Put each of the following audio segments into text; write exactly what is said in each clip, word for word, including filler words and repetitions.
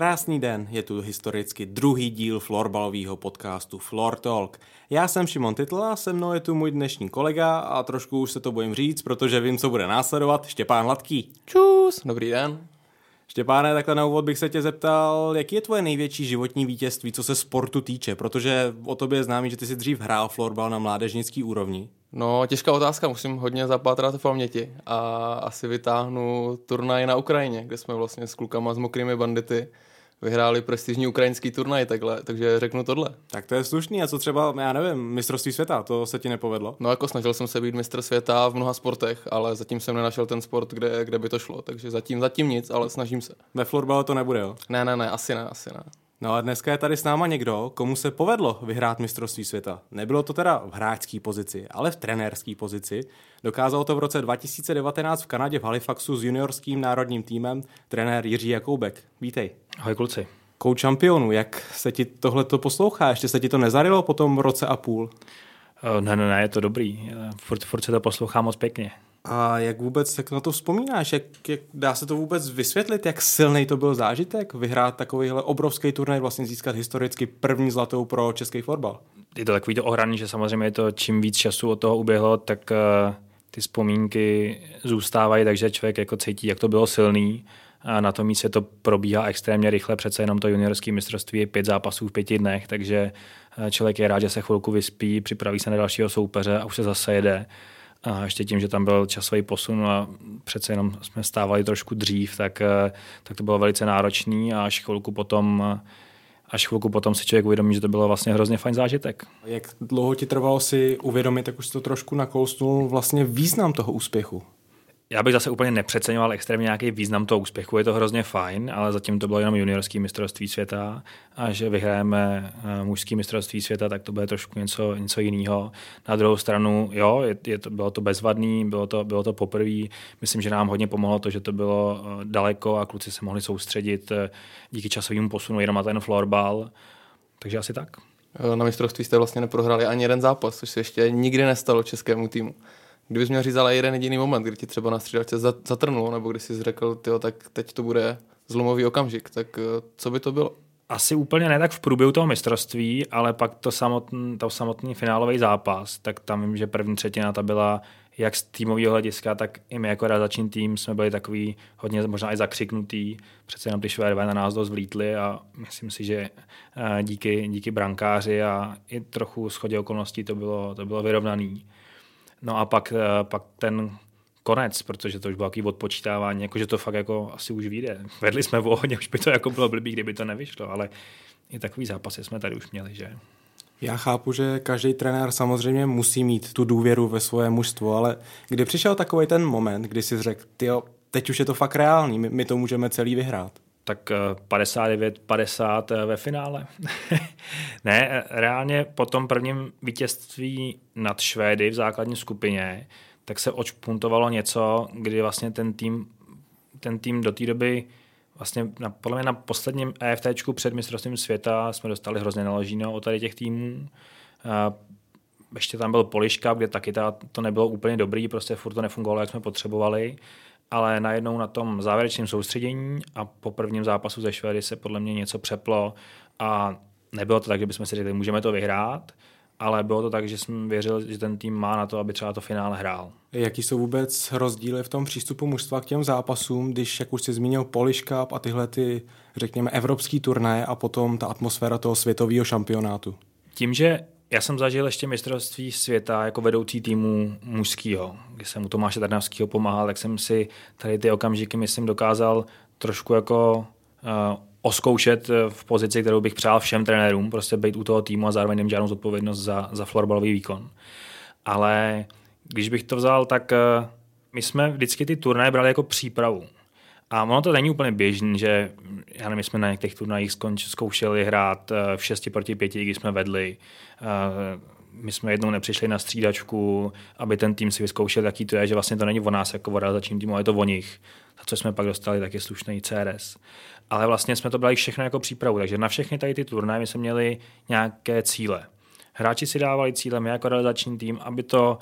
Krásný den, je tu historicky druhý díl florbalového podcastu Floor Talk. Já jsem Šimon Titl a se mnou je tu můj dnešní kolega a trošku už se to bojím říct, protože vím, co bude následovat, Štěpán Hladký. Čus, dobrý den. Štěpáne, takhle na úvod bych se tě zeptal, jaký je tvoje největší životní vítězství, co se sportu týče, protože o tobě je známý, že ty jsi dřív hrál florbal na mládežnický úrovni. No, těžká otázka, musím hodně zapátrat v paměti a asi vytáhnu turnaj na Ukrajině, kde jsme vlastně s klukama s Mokrými bandity vyhráli prestižní ukrajinský turnaj, takhle, takže řeknu tohle. Tak to je slušný, a co třeba, já nevím, mistrovství světa, to se ti nepovedlo? No jako snažil jsem se být mistr světa v mnoha sportech, ale zatím jsem nenašel ten sport, kde, kde by to šlo, takže zatím, zatím nic, ale snažím se. Ve florbale to nebude, jo? Ne, ne, ne, asi ne, asi ne. No a dneska je tady s náma někdo, komu se povedlo vyhrát mistrovství světa. Nebylo to teda v hráčské pozici, ale v trenérské pozici. Dokázal to v roce dva tisíce devatenáct v Kanadě v Halifaxu s juniorským národním týmem trenér Jiří Jakoubek. Vítej. Ahoj kluci. Coach šampionu, jak se ti tohleto poslouchá? Ještě se ti to nezarilo po tom roce a půl? Ne, ne, ne, je to dobrý. Furt, furt se to poslouchá moc pěkně. A jak vůbec tak na to vzpomínáš? Jak, jak dá se to vůbec vysvětlit, jak silný to byl zážitek vyhrát takovýhle obrovský turnaj, vlastně získat historicky první zlatou pro český florbal? Je to takový to ohraný, že samozřejmě je to, čím víc času od toho uběhlo, tak uh, ty vzpomínky zůstávají, takže člověk jako cítí, jak to bylo silný. A na tom místě to probíhá extrémně rychle, přece jenom to juniorské mistrovství je pět zápasů v pěti dnech, takže člověk je rád, že se chvilku vyspí, připraví se na dalšího soupeře a už se zase jede. A ještě tím, že tam byl časový posun a přece jenom jsme stávali trošku dřív, tak, tak to bylo velice náročný a až chvilku potom, až chvilku potom si člověk uvědomí, že to bylo vlastně hrozně fajn zážitek. Jak dlouho ti trvalo si uvědomit, tak už to trošku nakousnul vlastně význam toho úspěchu? Já bych zase úplně nepřeceňoval extrémně nějaký význam toho úspěchu, je to hrozně fajn, ale zatím to bylo jenom juniorský mistrovství světa a že vyhrajeme mužský mistrovství světa, tak to bude trošku něco, něco jiného. Na druhou stranu, jo, je, je to, bylo to bezvadný, bylo to, bylo to poprvé. Myslím, že nám hodně pomohlo to, že to bylo daleko a kluci se mohli soustředit díky časovému posunu jenom na ten florbal, takže asi tak. Na mistrovství jste vlastně neprohráli ani jeden zápas, což se ještě nikdy nestalo českému týmu. Kdybys měl říct ale jeden jediný moment, kdy ti třeba na střídačce zatrnulo, nebo když jsi řekl, tyjo, tak teď to bude zlomový okamžik, tak co by to bylo? Asi úplně ne tak v průběhu toho mistrovství, ale pak to samotný, to samotný finálový zápas, tak tam vím, že první třetina ta byla jak z týmového hlediska, tak i my jako realizační tým jsme byli takový hodně možná i zakřiknutý, přece jenom ty Švédové na nás dost vlítli a myslím si, že díky, díky brankáři a i trochu shodě okolností to bylo, to bylo vyrovnaný. No a pak, pak ten konec, protože to už bylo takový odpočítávání, jakože to fakt jako asi už vyjde. Vedli jsme o hodně, už by to jako bylo blbý, kdyby to nevyšlo, ale i takový zápasy jsme tady už měli, že? Já chápu, že každý trenér samozřejmě musí mít tu důvěru ve svoje mužstvo, ale kdy přišel takový ten moment, kdy si řekl, tyjo, teď už je to fakt reálný, my, my to můžeme celý vyhrát. Tak padesát devět padesát ve finále. Ne, reálně po tom prvním vítězství nad Švédy v základní skupině, tak se odšpuntovalo něco, kdy vlastně ten tým, ten tým do té doby vlastně na, podle mě na posledním EFTčku před mistrovstvím světa jsme dostali hrozně naložíno od tady těch týmů. Ještě tam byl Poliška, kde taky ta, to nebylo úplně dobrý, prostě furt to nefungovalo, jak jsme potřebovali. Ale najednou na tom závěrečném soustředění a po prvním zápasu ze Švédy se podle mě něco přeplo a nebylo to tak, že bychom si řekli, můžeme to vyhrát, ale bylo to tak, že jsem věřil, že ten tým má na to, aby třeba to finále hrál. Jaký jsou vůbec rozdíly v tom přístupu mužstva k těm zápasům, když, jak už jsi zmínil, Polish Cup a tyhle ty, řekněme, evropský turnaje a potom ta atmosféra toho světového šampionátu? Tím, že já jsem zažil ještě mistrovství světa jako vedoucí týmu mužského, kdy jsem u Tomáše Tarnavského pomáhal, tak jsem si tady ty okamžiky, myslím, dokázal trošku jako uh, oskoušet v pozici, kterou bych přál všem trenérům, prostě být u toho týmu a zároveň nemít žádnou zodpovědnost za, za florbalový výkon. Ale když bych to vzal, tak uh, my jsme vždycky ty turnaje brali jako přípravu. A ono to není úplně běžný, že já nevím, my jsme na některých turnajích zkoušeli hrát v šesti proti pěti, když jsme vedli. My jsme jednou nepřišli na střídačku, aby ten tým si vyzkoušel, jaký to je, že vlastně to není o nás jako o realizačním týmu, ale je to o nich. Za co jsme pak dostali taky slušný C R S. Ale vlastně jsme to brali všechno jako přípravu, takže na všechny tady ty turnaje my jsme měli nějaké cíle. Hráči si dávali cíle, my jako realizační tým, aby to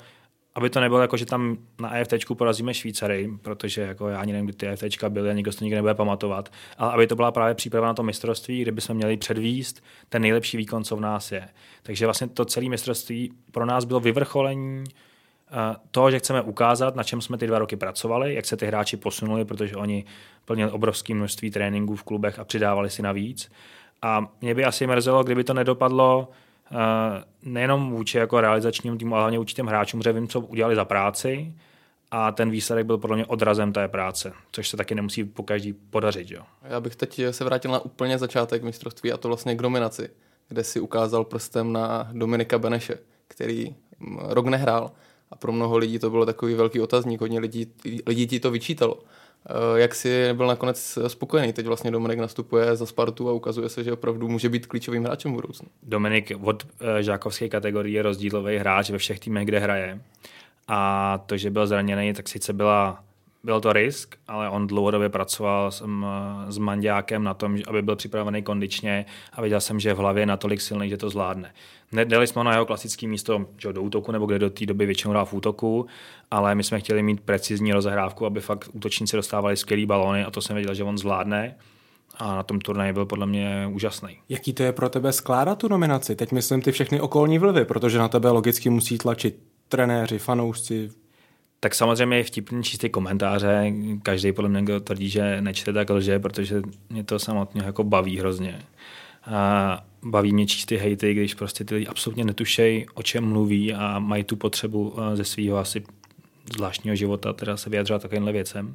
aby to nebylo jako, že tam na EFTčku porazíme Švýcary, protože jako já ani nevím, kdy ty EFTčka byly a nikdo to nikdy nebude pamatovat, ale aby to byla právě příprava na to mistrovství, kde bychom měli předvíst ten nejlepší výkon, co v nás je. Takže vlastně to celé mistrovství pro nás bylo vyvrcholení toho, že chceme ukázat, na čem jsme ty dva roky pracovali, jak se ty hráči posunuli, protože oni plnili obrovské množství tréninků v klubech a přidávali si navíc. A mě by asi mrzelo, kdyby to nedopadlo uh, nejenom vůči jako realizačnímu týmu, ale hlavně vůči těm hráčům, protože vím, co udělali za práci a ten výsledek byl podle mě odrazem té práce, což se taky nemusí po každý podařit. Jo. Já bych teď se vrátil na úplně začátek mistrovství a to vlastně k dominaci, kde si ukázal prstem na Dominika Beneše, který rok nehrál a pro mnoho lidí to bylo takový velký otazník, hodně lidí, lidí ti to vyčítalo. Jak si byl nakonec spokojený? Teď vlastně Dominik nastupuje za Spartu a ukazuje se, že opravdu může být klíčovým hráčem v budoucnu. Dominik od žákovské kategorie je rozdílový hráč ve všech týmech, kde hraje. A to, že byl zraněný, tak sice byla, byl to risk, ale on dlouhodobě pracoval s, s Manďákem na tom, aby byl připravený kondičně a věděl jsem, že v hlavě je natolik silný, že to zvládne. Nedali jsme ho na jeho klasické místo že do útoku, nebo kde do té doby většinou hrál v útoku, ale my jsme chtěli mít precizní rozehrávku, aby fakt útočníci dostávali skvělý balóny a to jsem věděl, že on zvládne. A na tom turnaji byl podle mě úžasný. Jaký to je pro tebe skládat tu nominaci? Teď myslím ty všechny okolní vlivy, protože na tebe logicky musí tlačit trenéři, fanoušci. Tak samozřejmě je vtipný číst ty komentáře. Každý podle mě tvrdí, že nečte tak lže, protože mě to samotně jako baví hrozně. A baví mě číst ty hejty, když prostě ty lidi absolutně netušejí, o čem mluví a mají tu potřebu ze svého asi zvláštního života, teda se vyjadřovat takovýmhle věcem.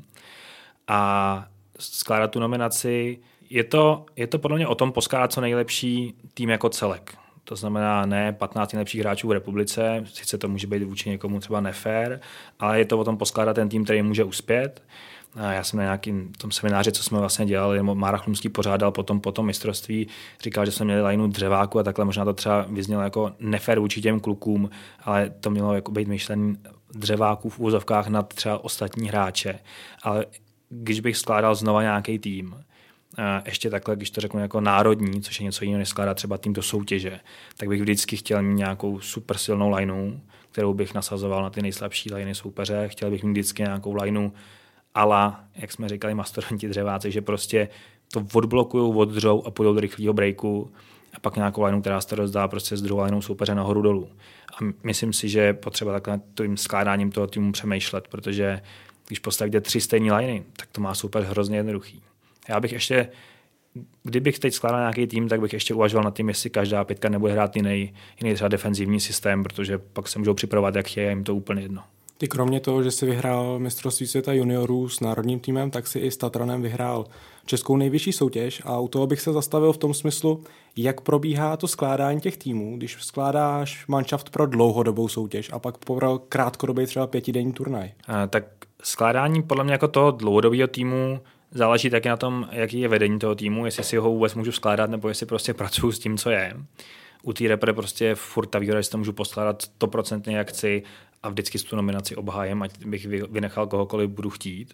A skládat tu nominaci, je to, je to podle mě o tom poskládat co nejlepší tým jako celek. To znamená ne patnáct nejlepších hráčů v republice, sice to může být vůči někomu třeba nefér, ale je to o tom poskládat ten tým, který může uspět. Já jsem na nějakém tom semináři, co jsme vlastně dělali, Mára Chlumský pořádal potom po tom mistrovství, říkal, že jsme měli lajnu dřeváku a takhle možná to třeba vyznělo jako nefér vůči těm klukům, ale to mělo jako být myšlení dřeváků v úzovkách nad třeba ostatní hráče. Ale když bych skládal znova nějaký tým, ještě takhle, když to řeknu jako národní, což je něco jiného, než skládat třeba tým do soutěže, tak bych vždycky chtěl mít nějakou super silnou lineu, kterou bych nasazoval na ty nejslabší liny soupeře. Chtěl bych mít vždycky nějakou lineu ala, jak jsme říkali, mastodonti dřeváci, že prostě to odblokujou, oddřou a půjdou do rychlého breaku a pak nějakou lineu, která se to rozdá prostě s druhou lineou soupeře nahoru dolů. A myslím si, že je potřeba takhle tím skládáním toho týmu přemýšlet, protože když postavíte tři stejné liny, tak to má super hrozně jednoduchý. Já bych ještě, kdybych teď skládal nějaký tým, tak bych ještě uvažoval nad tím, jestli každá pětka nebude hrát jiný, jiný třeba defenzivní systém, protože pak se můžou připravovat, jak chtějí, jim to úplně jedno. Ty kromě toho, že jsi vyhrál mistrovství světa juniorů s národním týmem, tak si i s Tatranem vyhrál českou nejvyšší soutěž a u toho bych se zastavil v tom smyslu, jak probíhá to skládání těch týmů, když skládáš manšaft pro dlouhodobou soutěž a pak pro krátkodobý třeba pětidenní turnaj. A, tak skládání podle mě jako toho dlouhodobého týmu záleží taky na tom, jaký je vedení toho týmu, jestli si ho vůbec můžu skládat, nebo jestli prostě pracuji s tím, co je. U té repre prostě je furt ta výhoda, že si to můžu poskládat sto procent jak chci a vždycky tu nominaci obhájem, ať bych vynechal kohokoliv budu chtít.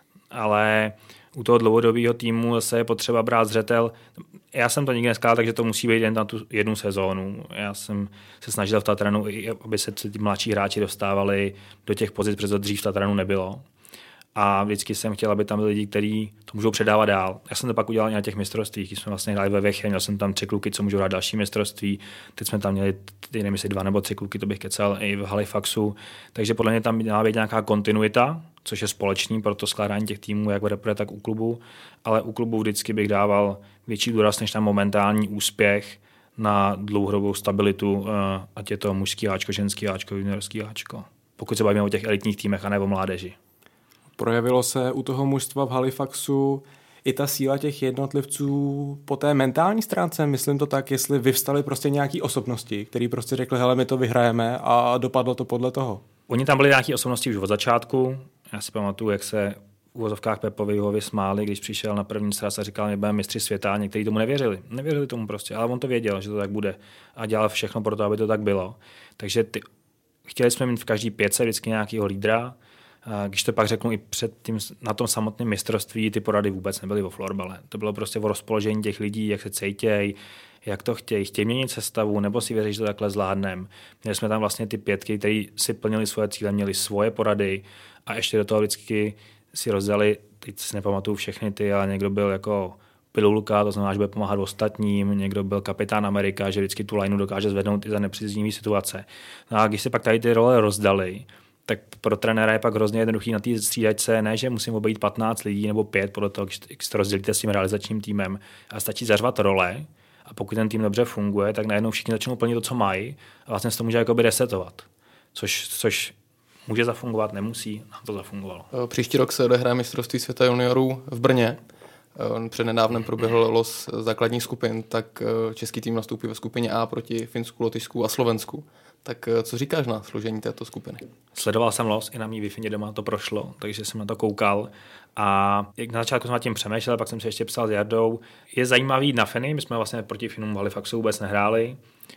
Ale u toho dlouhodobého týmu zase je potřeba brát zřetel. Já jsem to nikdy neskládal, takže to musí být jen na tu jednu sezónu. Já jsem se snažil v Tatranu, aby se ty mladší hráči dostávali do těch pozic, protože dřív v Tatranu nebylo. A vždycky jsem chtěl, aby tam byli lidi, kteří to můžou předávat dál. Já jsem to pak udělal na těch mistrovstvích, když jsme vlastně hráli ve Věche, měl jsem tam tři kluky, co můžou hrát další mistrovství. Teď jsme tam měli, nevím, jestli dva nebo tři kluky, to bych kecal i v Halifaxu. Takže podle mě tam měla být nějaká kontinuita, což je společný pro to skládání těch týmů, jak v repre, tak u klubu. Ale u klubu vždycky bych dával větší důraz než na momentální úspěch, na dlouhodobou stabilitu, ať je to mužský háčko, ženský háčko, juniorský háčko. Pokud se bavíme o těch elitních týmech a ne o mládeži. Projevilo se u toho mužstva v Halifaxu i ta síla těch jednotlivců po té mentální stránce, myslím to tak, jestli vyvstaly prostě nějaký osobnosti, který prostě řekli, hele, my to vyhrajeme a dopadlo to podle toho. Oni tam byli nějaký osobnosti už od začátku. Já si pamatuju, jak se v uvozovkách Pepovi Jihovi smáli, když přišel na první sraz a říkal, že budeme mistři světa, a někteří tomu nevěřili. Nevěřili tomu prostě, ale on to věděl, že to tak bude a dělal všechno pro to, aby to tak bylo. Takže ty, chtěli jsme mít v každý pětce vždycky nějakého lídra. Když to pak řeknu i před tím, na tom samotném mistrovství, ty porady vůbec nebyly o florbale. To bylo prostě o rozpoložení těch lidí, jak se cítějí, jak to chtějí. Chtějí měnit sestavu, nebo si věří, že to takhle zvládneme. Měli jsme tam vlastně ty pětky, kteří si plnili svoje cíle, měli svoje porady a ještě do toho vždycky si rozdali, teď si nepamatuju všechny ty, ale někdo byl jako pilulka, to znamená, že bude pomáhat ostatním, někdo byl kapitán Amerika, že vždycky tu lineu dokáže zvednout i za nepříznivý situace. No a když se pak tady ty role rozdali, tak pro trenéra je pak hrozně jednoduchý na té střídačce, ne, že musím obejít patnáct lidí nebo pět, podle toho, jak se to rozdělíte s tím realizačním týmem, a stačí zařvat role, a pokud ten tým dobře funguje, tak najednou všichni začnou plnit to, co mají, a vlastně se to může jakoby resetovat, což, což může zafungovat, nemusí, nám to zafungovalo. Příští rok se odehraje mistrovství světa juniorů v Brně. Přednedávnem proběhl los základních skupin, tak český tým nastoupí ve skupině A proti Finsku, Lotyšsku a Slovensku. Tak co říkáš na složení této skupiny? Sledoval jsem los, i na mý Wi-Fi doma to prošlo, takže jsem na to koukal. A jak na začátku jsem nad tím přemýšlel, pak jsem se ještě psal s Jardou. Je zajímavý na Feny, my jsme vlastně proti Finům v Halifaxu vůbec nehráli.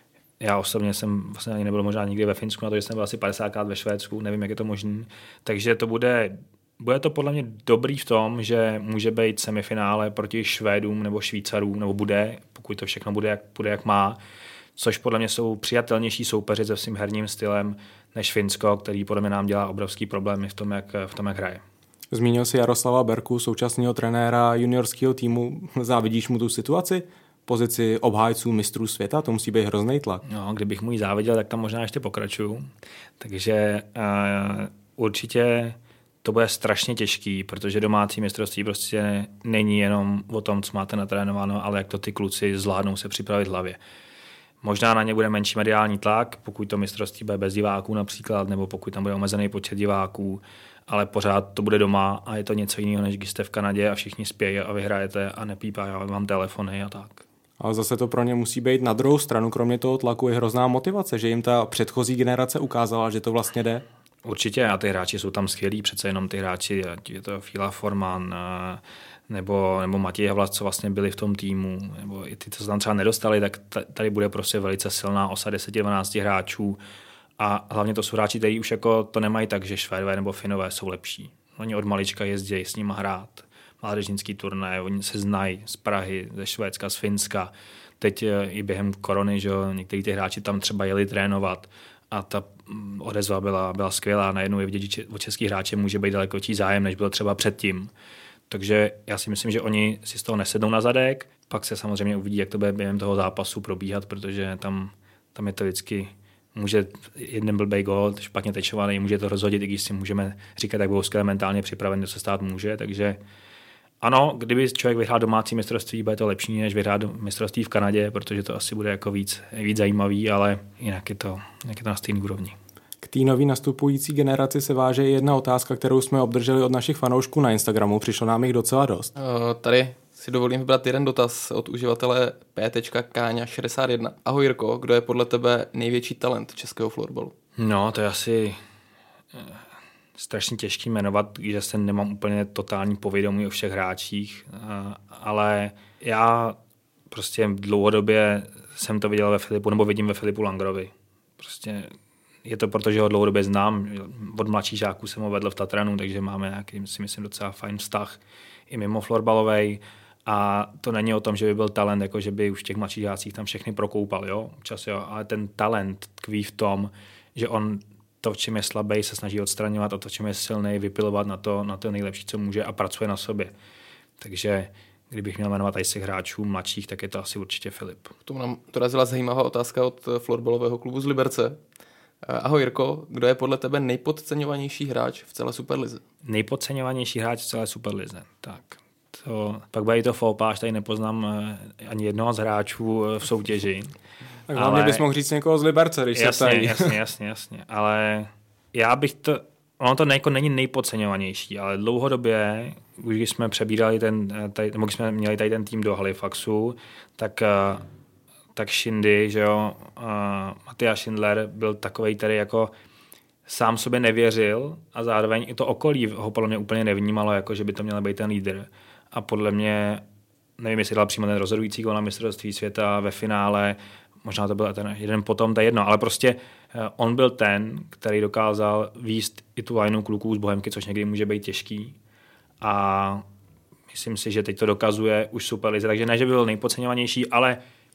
Já osobně jsem vlastně ani nebyl možná nikdy ve Finsku, na to, že jsem byl asi padesátkrát ve Švédsku, nevím, jak je to možné. Takže to bude... Bude to podle mě dobrý v tom, že může být semifinále proti Švédům nebo Švýcarům, nebo bude, pokud to všechno bude jak, bude, jak má, což podle mě jsou přijatelnější soupeři se svým herním stylem než Finsko, který podle mě nám dělá obrovský problémy v tom, jak, v tom, jak hraje. Zmínil si Jaroslava Berku, současného trenéra juniorského týmu. Závidíš mu tu situaci? Pozici obhájců mistrů světa? To musí být hrozný tlak. No, kdybych mu ji záviděl, tak tam možná ještě pokračuju. Takže uh, určitě to bude strašně těžký, protože domácí mistrovství prostě není jenom o tom, co máte natrénováno, ale jak to ty kluci zvládnou se připravit v hlavě. Možná na ně bude menší mediální tlak, pokud to mistrovství bude bez diváků například, nebo pokud tam bude omezený počet diváků, ale pořád to bude doma a je to něco jiného, než když jste v Kanadě a všichni spějí a vyhrajete a nepípají vám telefony a tak. Ale zase to pro ně musí být na druhou stranu, kromě toho tlaku je hrozná motivace, že jim ta předchozí generace ukázala, že to vlastně jde. Určitě a ty hráči jsou tam skvělí, přece jenom ty hráči, ať je to Fila Forman nebo, nebo Matěj Havlas, co vlastně byli v tom týmu, nebo i ty, co se tam třeba nedostali, tak tady bude prostě velice silná osa deset dvanáct hráčů a hlavně to jsou hráči, kteří už jako to nemají tak, že Švédové nebo Finové jsou lepší. Oni od malička jezdí s nima hrát, mládežnický turnaj, oni se znají z Prahy, ze Švédska, z Finska. Teď i během korony, že někteří ty hráči tam třeba jeli trénovat a ta odezva byla, byla skvělá. Najednou je vidět, že o českých hráče může být daleko větší zájem, než byl třeba předtím. Takže já si myslím, že oni si z toho nesednou na zadek, pak se samozřejmě uvidí, jak to bude během toho zápasu probíhat, protože tam, tam je to vždycky, může jeden blbej gól, špatně tečovaný, může to rozhodit, i když si můžeme říkat, jak budou skvěle mentálně připraven, co se stát může, takže ano, kdyby člověk vyhrál domácí mistrovství, bude to lepší, než vyhrát mistrovství v Kanadě, protože to asi bude jako víc, víc zajímavý, ale jinak je to, jinak je to na stejný úrovni. K té nový nastupující generaci se váže jedna otázka, kterou jsme obdrželi od našich fanoušků na Instagramu. Přišlo nám jich docela dost. Uh, tady si dovolím vybrat jeden dotaz od uživatele P Káňa šedesát jedna. Ahoj Jirko, kdo je podle tebe největší talent českého florbalu? No, to je asi strašně těžký jmenovat, že se nemám úplně totální povědomí o všech hráčích, ale já prostě dlouhodobě jsem to viděl ve Filipu, nebo vidím ve Filipu Langrovi. Prostě je to proto, že ho dlouhodobě znám. Od mladších žáků jsem ho vedl v Tatranu, takže máme nějaký, si myslím, docela fajn vztah i mimo florbalovej. A to není o tom, že by byl talent, jako že by už v těch mladších žácích tam všechny prokoupal, jo, občas jo, ale ten talent tkví v tom, že on to, v čem je slabý, se snaží odstraňovat a to, v čem je silný, vypilovat na to, na to nejlepší, co může a pracuje na sobě. Takže kdybych měl jmenovat tady z těch hráčů mladších, tak je to asi určitě Filip. K tomu nám dorazila zajímavá otázka od florbalového klubu z Liberce. Ahoj Jirko, kdo je podle tebe nejpodceňovanější hráč v celé Superlize? Nejpodceňovanější hráč v celé Superlize, tak. To, pak bude i to faux pas, tady nepoznám ani jednoho z hráčů v soutěži. Tak hlavně ale bys mohl říct někoho z Liberce, když jasně, se ptají. Jasně, jasně, jasně. Ale já bych to, ono to nejko není nejpodceňovanější, ale dlouhodobě, už když jsme přebírali ten, tady, nebo když jsme měli tady ten tým do Halifaxu, tak, tak Shindy, že jo, Matyáš Schindler byl takovej, který jako sám sobě nevěřil a zároveň i to okolí ho podle mě úplně nevnímalo, jako že by to měl být ten lídr. A podle mě, nevím, jestli dal přímo ten rozhodující gól na mistrovství světa ve finále, možná to byl ten jeden potom, to je jedno, ale prostě on byl ten, který dokázal výst i tu lineu kluků z Bohemky, což někdy může být těžký. A myslím si, že teď to dokazuje už Superlize, takže ne, že by byl nejpodceňovanější, ale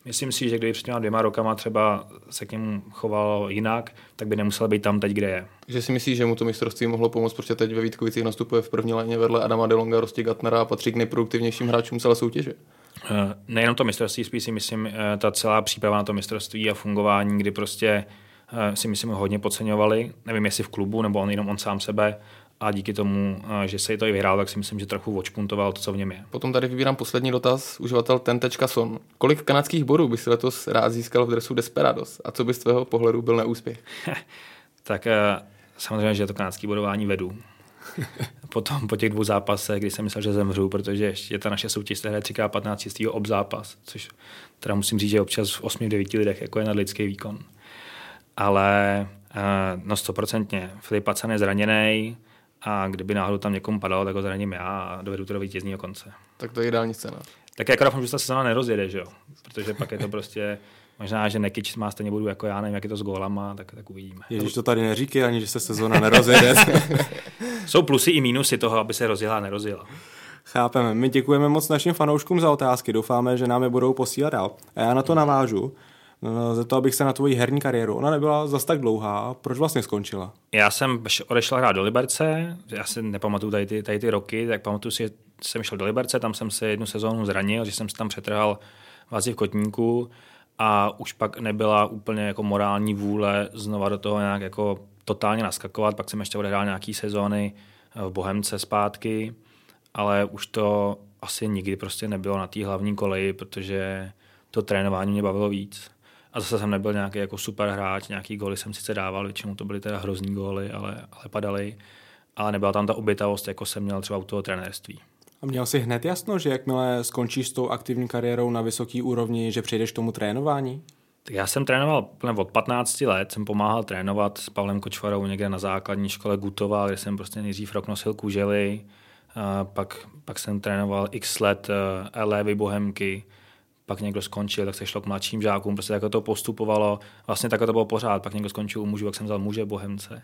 Myslím si, že kdyby před těma dvěma rokama třeba se k němu chovalo jinak, tak by nemusel být tam teď, kde je. Že si myslíš, že mu to mistrovství mohlo pomoct, protože teď ve Vítkovicích nastupuje v první léně vedle Adama Delonga, Rosti Gatnera a patří k nejproduktivnějším hráčům celé soutěže? Nejenom to mistrovství, spíš si myslím, ta celá příprava na to mistrovství a fungování, kdy prostě si myslím hodně podceňovali, nevím jestli v klubu, nebo on jenom on sám sebe, a díky tomu, že se to i vyhrál, tak si myslím, že trochu odšpuntoval to, co v něm je. Potom tady vybírám poslední dotaz, uživatel ten tečka son. Kolik kanadských bodů bys letos rád získal v dresu Desperados? A co by z tvého pohledu byl neúspěch? Tak samozřejmě, že to kanadské bodování vedu. Potom po těch dvou zápasech, kdy jsem myslel, že zemřu, protože ještě ta naše soutěž se hraje tři krát patnáct čistýho obzápas, což teda musím říct, že občas v osmi devíti lidech jako je nadlidský výkon. Ale no stoprocentně. Filip Pacan je zraněný, a kdyby náhodou tam někomu padalo, tak ho zraním já a dovedu to do vítězního konce. Tak to je ideální scéna. Tak jako doufám, že ta sezóna nerozjede, že jo? Protože pak je to prostě, možná, že Nekič má stejně budu jako já, nevím, jak je to s gólama, tak, tak uvidíme. Ježíš, to tady neříkej ani, že se sezóna nerozjede. Jsou plusy i mínusy toho, aby se rozjela a nerozjela. Chápeme. My děkujeme moc našim fanouškům za otázky. Doufáme, že nám je budou posílat dál. A já na to navážu. Za to, abych se na tvoji herní kariéru. Ona nebyla zas tak dlouhá. Proč vlastně skončila? Já jsem odešel hrát do Liberce. Já si nepamatuju tady ty, tady ty roky, tak pamatuju si, že jsem šel do Liberce, tam jsem se jednu sezónu zranil, že jsem se tam přetrhal vázi v kotníku a už pak nebyla úplně jako morální vůle znova do toho nějak jako totálně naskakovat. Pak jsem ještě odehrál nějaký sezóny v Bohemce zpátky, ale už to asi nikdy prostě nebylo na té hlavní koleji, protože to trénování mě bavilo víc. A zase jsem nebyl nějaký jako super hráč, nějaký góly jsem sice dával, většinou to byly teda hrozný góly, ale, ale padaly. Ale nebyla tam ta obětavost, jako jsem měl třeba u toho trenérství. A měl jsi hned jasno, že jakmile skončíš s tou aktivní kariérou na vysoké úrovni, že přejdeš k tomu trénování? Tak já jsem trénoval od patnácti let, jsem pomáhal trénovat s Pavlem Kočvarou někde na základní škole Gutova, kde jsem prostě nejdřív rok nosil kužely, pak, pak jsem trénoval x let Elévy, Bohemky, pak někdo skončil, tak se šlo k mladším žákům, prostě tak to postupovalo, vlastně tak to bylo pořád, pak někdo skončil u mužů, jak jsem vzal muže Bohemce.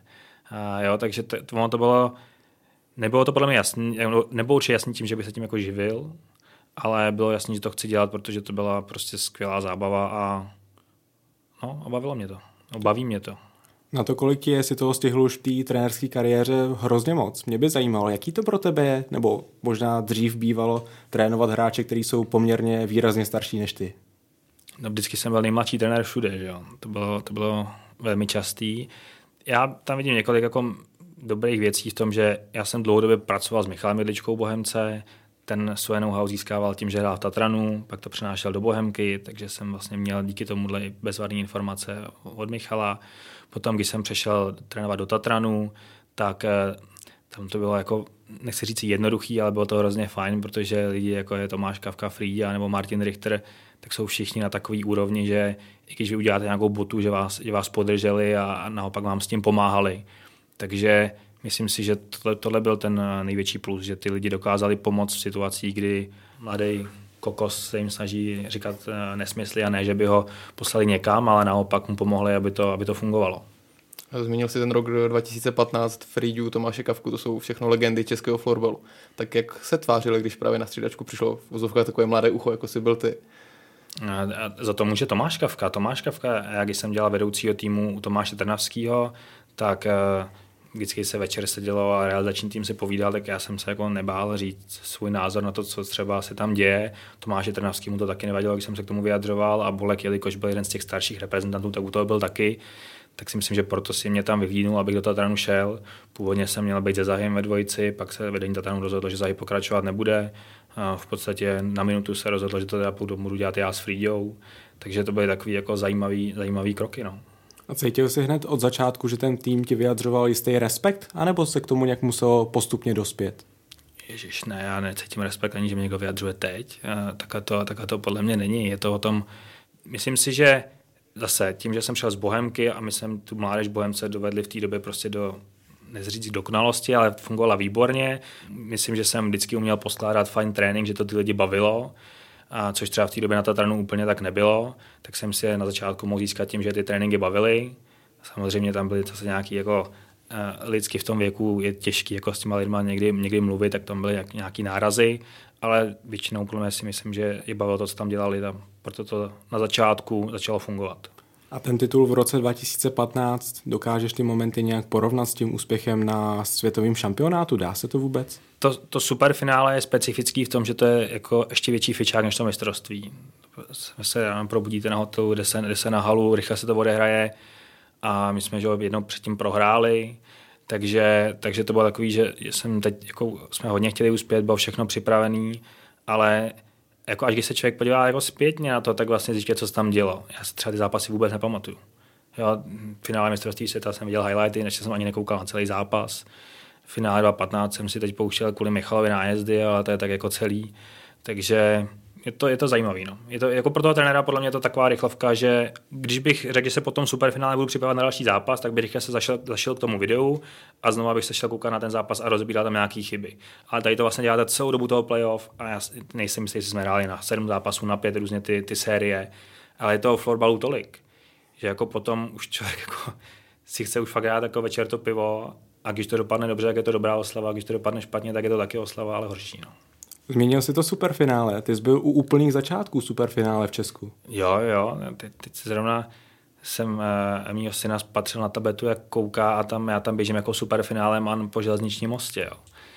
A jo, takže to, to, to bylo, nebylo to podle mě jasný, nebylo určitě jasný tím, že bych se tím jako živil, ale bylo jasný, že to chci dělat, protože to byla prostě skvělá zábava a no, a bavilo mě to, no, baví mě to. Na to, kolik ti je, si toho stihl už v té trenérské kariéře hrozně moc. Mě by zajímalo, jaký to pro tebe je, nebo možná dřív bývalo trénovat hráče, kteří jsou poměrně výrazně starší než ty. No, vždycky jsem byl nejmladší trenér všude, že jo. To bylo, to bylo velmi častý. Já tam vidím několik jako dobrých věcí v tom, že já jsem dlouhodobě pracoval s Michalem Jedličkou Bohemce, ten svoje know-how získával tím, že hrál v Tatranu, pak to přenášel do Bohemky, takže jsem vlastně měl díky tomuhle bezvadné informace od Michala. Potom, když jsem přešel trénovat do Tatranu, tak tam to bylo jako, nechci říct jednoduchý, ale bylo to hrozně fajn, protože lidi jako je Tomáš Kavka Frýďa nebo Martin Richter, tak jsou všichni na takový úrovni, že i když vy uděláte nějakou botu, že vás, že vás podrželi a, a naopak vám s tím pomáhali. Takže myslím si, že tohle, tohle byl ten největší plus, že ty lidi dokázali pomoct v situacích, kdy mladý kokos se jim snaží říkat nesmysly a ne, že by ho poslali někam, ale naopak mu pomohli, aby to, aby to fungovalo. Zmínil si ten rok dva tisíce patnáct, Frýďu, Tomáše Kavku, to jsou všechno legendy českého florbalu. Tak jak se tvářili, když právě na střídačku přišlo v vozovkách takové mladé ucho, jako jsi byl ty? A za to může Tomáš Kavka. Tomáš Kavka, já když jsem dělal vedoucího týmu u Tomáše Trnavského, tak vždycky se večer sedělo a realizační tým si povídal, tak já jsem se jako nebál říct svůj názor na to, co třeba se tam děje. Tomáše Trnavskému to taky nevadilo, když jsem se k tomu vyjadřoval, a Bolek, jelikož byl jeden z těch starších reprezentantů, tak u toho byl taky. Tak si myslím, že proto si mě tam vyhlídnul, abych do Tatranu šel. Původně jsem měl být se Zahyem ve dvojici, pak se vedení Tatranu rozhodlo, že Zahy pokračovat nebude. A v podstatě na minutu se rozhodlo, že to teda budu dělat já s Frýďou. Takže to byly takový jako zajímavý, zajímavý kroky. No. A cítil jsi hned od začátku, že ten tým ti vyjadřoval jistý respekt, anebo se k tomu nějak muselo postupně dospět? Ježiš, ne, já necítím respekt ani, že mě někdo vyjadřuje teď. Tak to, tak to podle mě není. Je to o tom, myslím si, že zase tím, že jsem šel z Bohemky a my jsme tu mládež Bohemce dovedli v té době prostě do, nezříct dokonalosti, ale fungovala výborně. Myslím, že jsem vždycky uměl poskládat fajn trénink, že to ty lidi bavilo, a což třeba v té době na Tatranu úplně tak nebylo, tak jsem si na začátku mohl získat tím, že ty tréninky bavily. Samozřejmě tam byly zase nějaký jako uh, lidsky v tom věku je těžký jako s těma lidma někdy, někdy mluvit, tak tam byly nějaký nárazy, ale většinou podle mě si myslím, že je bavilo to, co tam dělali, tam proto to na začátku začalo fungovat. A ten titul v roce dva tisíce patnáct, dokážeš ty momenty nějak porovnat s tím úspěchem na světovém šampionátu? Dá se to vůbec? To, to superfinále je specifický v tom, že to je jako ještě větší fičák než to mistrovství. Se probudíte na hotelu, jde se, jde se na halu, rychle se to odehraje a my jsme že jednou předtím prohráli, takže, takže to bylo takový, že jsem teď, jako, jsme hodně chtěli uspět, bylo všechno připravený, ale jako až když se člověk podívá jako zpětně na to, tak vlastně zjistí, co se tam dělo. Já si třeba ty zápasy vůbec nepamatuju. Jo, v finále mistrovství světa jsem viděl highlighty, než jsem ani nekoukal na celý zápas. V finále dva tisíce patnáct jsem si teď pouštěl kvůli Michalovi nájezdy, ale to je tak jako celý. Takže je to, je to zajímavý. No. Je to, jako pro toho trenéra podle mě je to taková rychlovka, že když bych řekl, že se po tom superfinále budu připravovat na další zápas, tak bych rychle se zašel, zašel k tomu videu a znovu bych se šel koukat na ten zápas a rozbíral tam nějaké chyby. Ale tady to vlastně děláte celou dobu toho playoff a já nejsem jistý, že jsme hráli na sedm zápasů, na pět různě ty, ty série, ale je toho florbalu tolik, že jako potom už člověk jako si chce už fakt dát jako večer to pivo a když to dopadne dobře, tak je to dobrá oslava, a když to dopadne špatně, tak je to taky oslava, ale horší. No. Zmínil jsi to superfinále, ty jsi byl u úplných začátků superfinále v Česku. Jo, jo, teď, teď se zrovna jsem uh, mýho syna spatřil na tabetu, jak kouká a tam, já tam běžím jako superfinálem a po železničním mostě. Jo.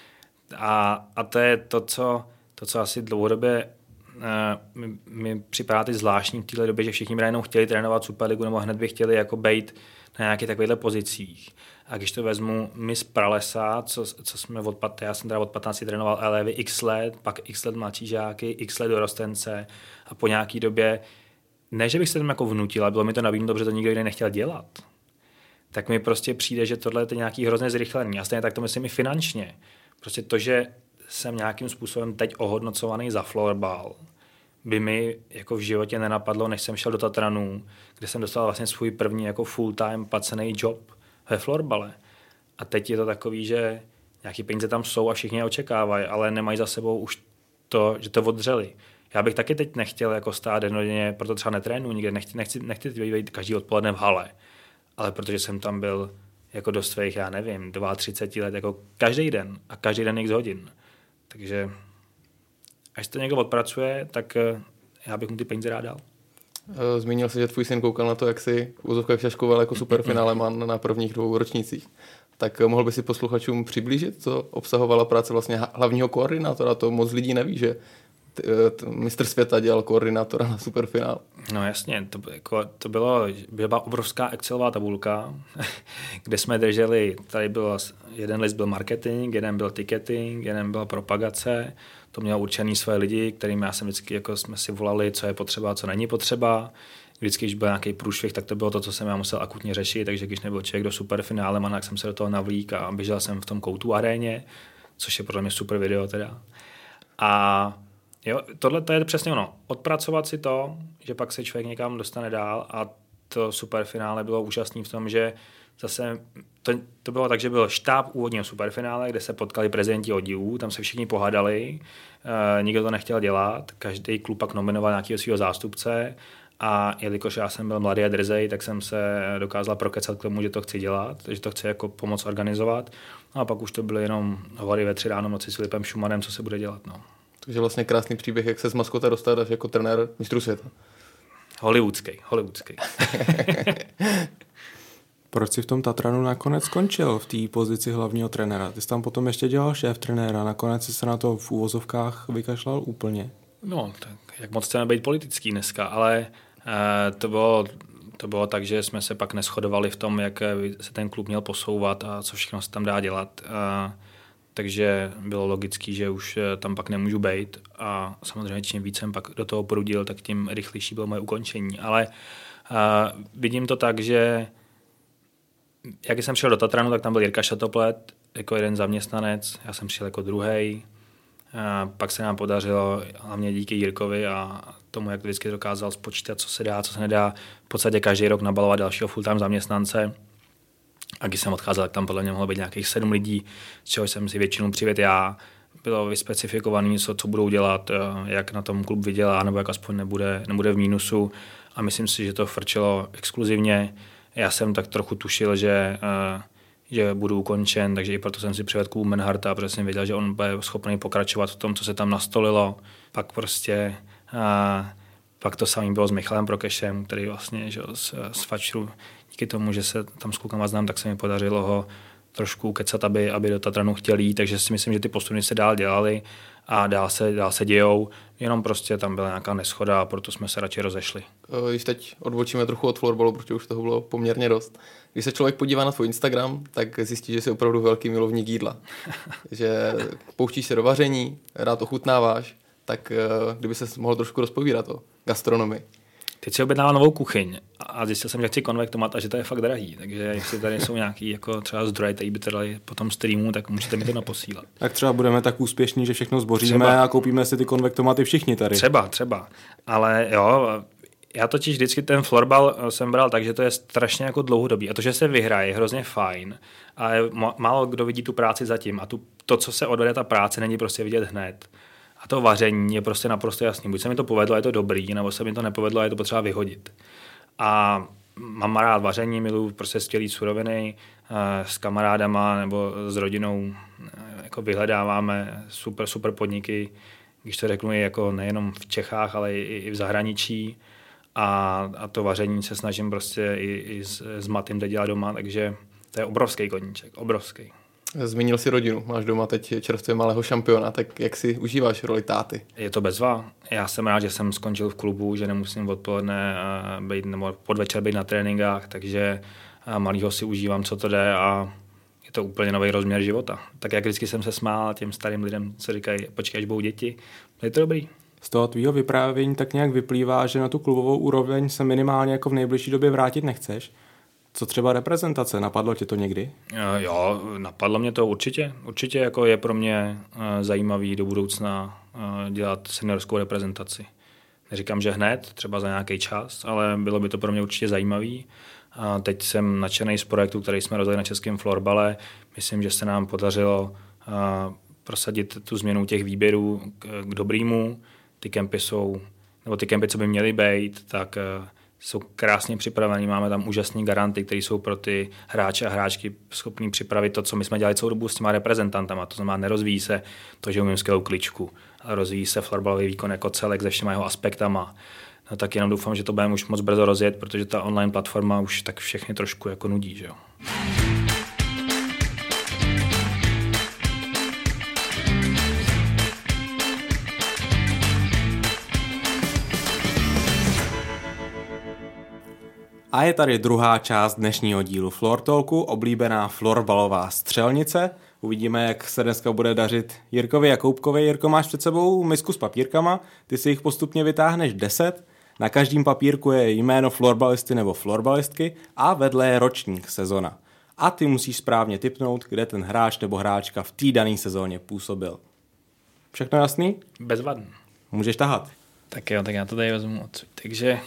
A, a to je to, co, to, co asi dlouhodobě uh, mi, mi připadá ty zvláštní v téhle době, že všichni jenom chtěli trénovat Superligu nebo hned by chtěli jako bejt na nějakých takovýchhle pozicích. A když to vezmu my z Pralesa, co, co jsme od, já jsem teda od patnácti trénoval elevy x let, pak x let mladší žáky, x let dorostence a po nějaký době, ne, že bych se tam jako vnutil, ale bylo mi to nabídnuto, protože to nikdo jiný nechtěl dělat, tak mi prostě přijde, že tohle je nějaký hrozně zrychlení. A stejně tak to myslím i finančně. Prostě to, že jsem nějakým způsobem teď ohodnocovaný za florbal, by mi jako v životě nenapadlo, než jsem šel do Tatranů, kde jsem dostal vlastně svůj první jako full-time placený job ve florbale. A teď je to takový, že nějaký peníze tam jsou a všichni je očekávají, ale nemají za sebou už to, že to odřeli. Já bych taky teď nechtěl jako stát dennodenně, proto třeba netrénu nikde, nechci, nechci, nechci být každý odpoledne v hale, ale protože jsem tam byl jako do svých, já nevím, třicet dva let, jako každý den a každý den x hodin. Takže až to někdo odpracuje, tak já bych mu ty peníze rád dal. Zmínil jsi, že tvůj syn koukal na to, jak si v úzovkách šaškoval jako superfinále man na prvních dvou ročnících. Tak mohl by si posluchačům přiblížit, co obsahovala práce vlastně hlavního koordinátora? To moc lidí neví, že mistr světa dělal koordinátora na superfinál. No jasně, to, jako, to bylo, byla obrovská Excelová tabulka, kde jsme drželi, tady byl jeden list byl marketing, jeden byl ticketing, jeden byl propagace, to mělo určený své lidi, kterým já jsem vždycky, jako jsme si volali, co je potřeba, co není potřeba. Vždycky, když byl nějaký průšvih, tak to bylo to, co jsem já musel akutně řešit, takže když nebyl člověk do superfinále, tak jsem se do toho navlík a běžel jsem v tom koutu aréně, což je podle mě super video teda. A jo, tohle to je přesně ono. Odpracovat si to, že pak se člověk někam dostane dál a to superfinále bylo úžasné v tom, že zase to, to bylo tak, že byl štáb úvodního superfinále, kde se potkali prezidenti oddílů, tam se všichni pohádali, e, nikdo to nechtěl dělat, každý klub pak nominoval nějakého svého zástupce a jelikož já jsem byl mladý a drzej, tak jsem se dokázal prokecat k tomu, že to chci dělat, že to chci jako pomoct organizovat. No a pak už to byly jenom hovory ve tři ráno noci s Filipem Šumanem, co se bude dělat. No. Takže vlastně krásný příběh, jak se z maskota dostal jako trenér mistrů světa. Hollywoodský, hollywoodský. Proč jsi v tom Tatranu nakonec skončil v té pozici hlavního trenéra? Ty jsi tam potom ještě dělal šéf trenéra, nakonec jsi se na to v úvozovkách vykašlal úplně. No, tak jak moc chceme být politický dneska, ale eh, to bylo, to bylo tak, že jsme se pak neshodovali v tom, jak se ten klub měl posouvat a co všechno se tam dá dělat. Eh, takže bylo logický, že už tam pak nemůžu být a samozřejmě čím víc jsem pak do toho prudil, tak tím rychlejší bylo moje ukončení. Ale uh, vidím to tak, že jak jsem šel do Tatranu, tak tam byl Jirka Šatoplet jako jeden zaměstnanec, já jsem přišel jako druhej. Uh, pak se nám podařilo, hlavně díky Jirkovi a tomu, jak vždycky dokázal spočítat, co se dá, co se nedá, v podstatě každý rok nabalovat dalšího full-time zaměstnance. A když jsem odcházel, tak tam podle mě mohlo být nějakých sedm lidí, z čeho jsem si většinou přivět já. Bylo vyspecifikované, co, co budou dělat, jak na tom klub vydělá, nebo jak aspoň nebude, nebude v mínusu. A myslím si, že to frčelo exkluzivně. Já jsem tak trochu tušil, že, že budu ukončen, takže i proto jsem si přivedl klub Menharta, protože jsem věděl, že on bude schopný pokračovat v tom, co se tam nastolilo. Pak prostě... Pak to samé bylo s Michalem Prokešem, který vlastně že, z, z Fačru, díky tomu, že se tam s klukama znám, tak se mi podařilo ho trošku kecat, aby, aby do Tatranu chtěl jít, takže si myslím, že ty posuny se dál dělaly a dál se, dál se dějou, jenom prostě tam byla nějaká neschoda a proto jsme se radši rozešli. Když teď odbočíme trochu od florbalu, protože už toho bylo poměrně dost. Když se člověk podívá na tvůj Instagram, tak zjistí, že jsi opravdu velký milovník jídla. Že pouštíš se do vaření, rád ochutnáváš, tak kdyby se mohl trošku rozpovídat o gastronomii. Teď si objednával novou kuchyň a zjistil jsem, že chci konvektomat a že to je fakt drahý. Takže jestli tady jsou nějaký jako třeba zdroje, který by to dali po tom streamu, tak můžete mi to naposílat. Tak třeba budeme tak úspěšní, že všechno zboříme třeba. A koupíme si ty konvektomaty všichni tady. Třeba, třeba. Ale jo, já totiž vždycky ten florbal jsem bral tak, že to je strašně jako dlouhodobý. A to, že se vyhraje, je hrozně fajn. Ale málo kdo vidí tu práci zatím. A tu, to, co se odvede ta práce, není prostě vidět hned. A to vaření je prostě naprosto jasný. Buď se mi to povedlo, je to dobrý, nebo se mi to nepovedlo, je to potřeba vyhodit. A mám rád vaření, miluji prostě skvělý suroviny, s kamarádama nebo s rodinou jako vyhledáváme super, super podniky, když to řeknu, jako nejenom v Čechách, ale i, i v zahraničí. A, a to vaření se snažím prostě i, i s, s Matým dělat doma, takže to je obrovský koníček, obrovský. Zmínil jsi rodinu, máš doma teď čerstvě malého šampiona, tak jak si užíváš roli táty? Je to bezva. Já jsem rád, že jsem skončil v klubu, že nemusím odpoledne být, nebo podvečer být na tréninkách, takže malýho si užívám, co to jde a je to úplně nový rozměr života. Tak jak vždycky jsem se smál těm starým lidem, co říkají, počkej, až budou děti, je to dobrý. Z toho tvýho vyprávění tak nějak vyplývá, že na tu klubovou úroveň se minimálně jako v nejbližší době vrátit nechceš. Co třeba reprezentace? Napadlo tě to někdy? Jo, napadlo mě to určitě. Určitě jako je pro mě zajímavý do budoucna dělat seniorskou reprezentaci. Neříkám, že hned, třeba za nějaký čas, ale bylo by to pro mě určitě zajímavý. A teď jsem nadšený z projektu, který jsme rozjeli na českém florbale. Myslím, že se nám podařilo prosadit tu změnu těch výběrů k, k dobrýmu. Ty kempy jsou, nebo ty kempy, co by měly být, tak jsou krásně připravený, máme tam úžasné garanty, které jsou pro ty hráče a hráčky schopní připravit to, co my jsme dělali celou dobu s těma reprezentantama. To znamená, nerozvíjí se to, že umím skvělou kličku, ale rozvíjí se florbalový výkon jako celek se všema jeho aspektama. No, tak jenom doufám, že to budeme už moc brzo rozjet, protože ta online platforma už tak všechny trošku jako nudí, že jo. A je tady druhá část dnešního dílu Floor Talku, oblíbená florbalová střelnice. Uvidíme, jak se dneska bude dařit Jirkovi Jakoubkovi. Jirko, máš před sebou misku s papírkama, ty si jich postupně vytáhneš deset. Na každém papírku je jméno florbalisty nebo florbalistky a vedle je ročník, sezona. A ty musíš správně tipnout, kde ten hráč nebo hráčka v té dané sezóně působil. Všechno jasný? Bezvadný. Můžeš tahat. Tak jo, tak já to tady vezmu odsud. Takže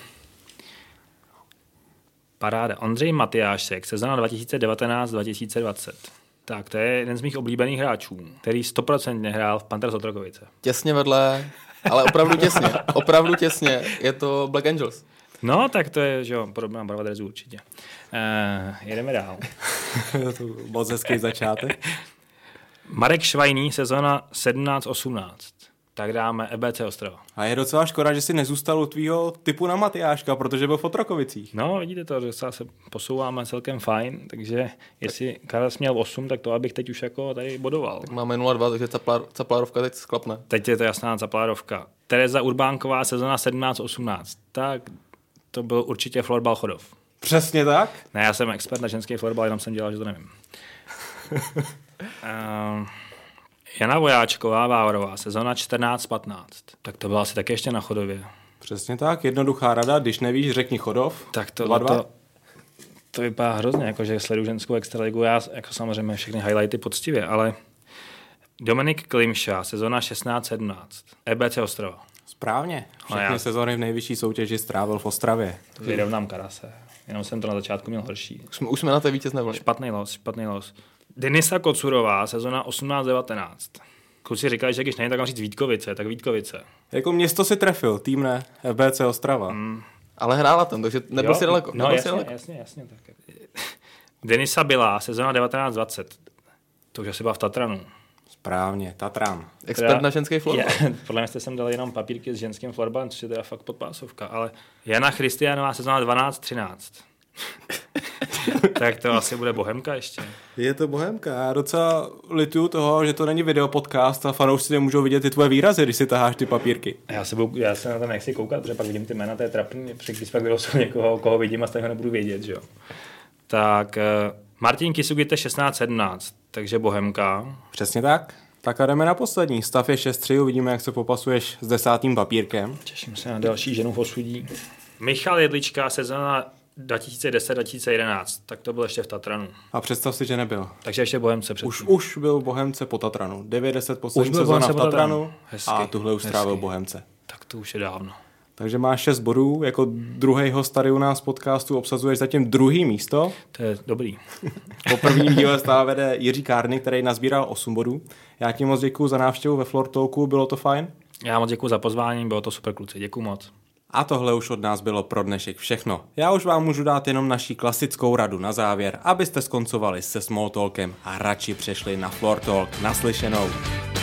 paráda. Ondřej Matyášek, sezona dva tisíce devatenáct dva tisíce dvacet. Tak, to je jeden z mých oblíbených hráčů, který stoprocentně hrál v Panthers Otrokovice. Těsně vedle, ale opravdu těsně. Opravdu těsně. Je to Black Angels. No, tak to je, že jo, podobná barva dresu určitě. Uh, jedeme dál. To moc hezký začátek. Marek Švajný, sezona sedmnáct osmnáct. Tak dáme E B C Ostrava. A je docela škoda, že jsi nezůstal u tvýho typu na Matyáška, protože byl v Otrokovicích. No, vidíte to, že se posouváme celkem fajn, takže jestli Karel měl osm, tak to abych teď už jako tady bodoval. Tak máme nula dva, takže caplár, caplárovka teď sklapne. Teď je to jasná caplárovka. Tereza Urbánková, sezona sedmnáct osmnáct. Tak to byl určitě florbal Chodov. Přesně tak? Ne, já jsem expert na ženský florbal, jenom jsem dělal, že to nevím. uh, Jana Vojáčková, Vávorová, sezona čtrnáct patnáct. Tak to byla asi taky ještě na Chodově. Přesně tak, jednoduchá rada, když nevíš, řekni Chodov. Tak to, to, to vypadá hrozně, jako že sleduju ženskou extraligu, já jako samozřejmě všechny highlighty poctivě, ale Dominik Klimša, sezona šestnáct sedmnáct. E B C Ostrava. Správně, všechny já... sezony v nejvyšší soutěži strávil v Ostravě. Vyrovnám Karase, jenom jsem to na začátku měl horší. Už jsme, už jsme na té vítězné vlně. Špatný los, špatný los. Denisa Kocurová, sezona osmnáct devatenáct. Kluci říkají, že když nejde, tak mám říct Vítkovice, tak Vítkovice. Jako město si trefil, tým ne, F B C Ostrava. Mm. Ale hrála tam, takže nebyl jo? si daleko. No jasně, daleko. jasně, jasně. Tak. Denisa Bylá, sezona devatenáct dvacet. To už asi byla v Tatranu. Správně, Tatran. Expert Teda- na ženský florbal. Je, podle mě jste sem dali jenom papírky s ženským florbalem, což je teda fakt podpásovka, ale Jana Christianová sezóna dvanáct třináct. Tak to asi bude Bohemka ještě. Je to Bohemka. Já docela lituju toho, že to není videopodcast a fanoušci nemůžou vidět ty tvoje výrazy, když si taháš ty papírky. Já se, budu, já se na to nechci koukat, protože pak vidím ty jména, to je trapný, když pak vylosou někoho, koho vidím a z toho nebudu vědět, že jo. Tak Martin Kisugite šestnáct sedmnáct, takže Bohemka. Přesně tak. Tak a jdeme na poslední. Stav je šest tři, uvidíme, jak se popasuješ s desátým papírkem. Těším se na další ženu v osudí. Michal Jedlička, sezóna dva tisíce deset dva tisíce jedenáct, tak to byl ještě v Tatranu. A představ si, že nebyl. Takže ještě Bohemce předtím. Už, už byl Bohemce po Tatranu. devět deset poslední byl sezóna Bohemce v po Tatranu. Tatranu Hezky, a tuhle už strávil hezky. Bohemce. Tak to už je dávno. Takže máš šest bodů, jako druhý host tady u nás podcastu obsazuješ zatím druhý místo. To je dobrý. Po prvním díle stále vede Jiří Kárny, který nazbíral osm bodů. Já ti moc děkuju za návštěvu ve Floor Talku, bylo to fajn? Já moc děkuju za pozvání, bylo to super kluci, děkuju moc. A tohle už od nás bylo pro dnešek všechno. Já už vám můžu dát jenom naší klasickou radu na závěr, abyste skoncovali se small talkem a radši přešli na Floor Talk. Naslyšenou.